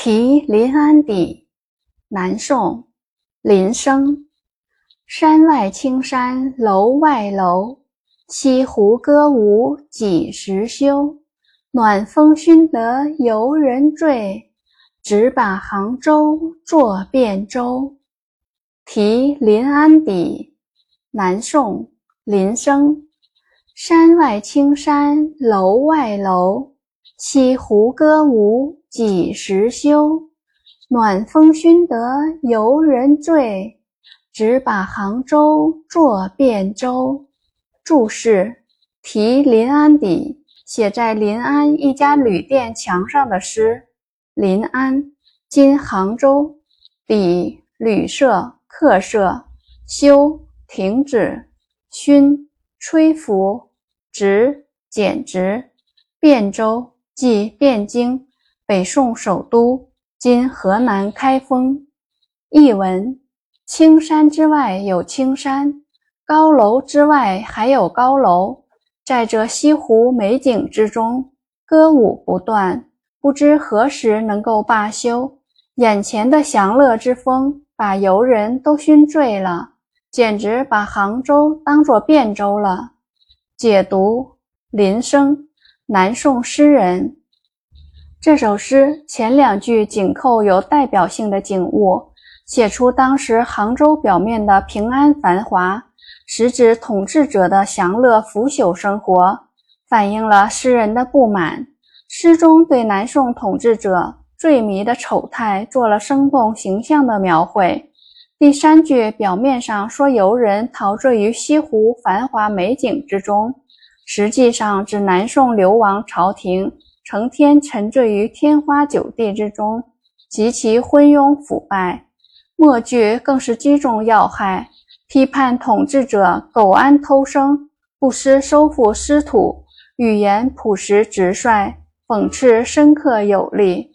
题临安邸，南宋，林升。山外青山楼外楼，西湖歌舞几时休？暖风熏得游人醉，直把杭州作汴州。题临安邸，南宋，林升。山外青山楼外楼，西湖歌舞几时休？暖风熏得游人醉，直把杭州作汴州。注释：题临安邸，写在临安一家旅店墙上的诗。临安，今杭州。邸，旅舍、客舍。休，停止。熏，吹拂。直，简直。汴州，即汴京，北宋首都，今河南开封。译文：青山之外有青山，高楼之外还有高楼，在这西湖美景之中，歌舞不断，不知何时能够罢休。眼前的享乐之风把游人都熏醉了，简直把杭州当作汴州了。解读：林升，南宋诗人。这首诗前两句紧扣有代表性的景物，写出当时杭州表面的平安繁华，实指统治者的享乐腐朽生活，反映了诗人的不满。诗中对南宋统治者醉迷的丑态做了生动形象的描绘。第三句表面上说游人陶醉于西湖繁华美景之中，实际上指南宋流亡朝廷成天沉醉于天花酒地之中，极其昏庸腐败。末句更是击中要害，批判统治者苟安偷生，不思收复失土，语言朴实直率，讽刺深刻有力。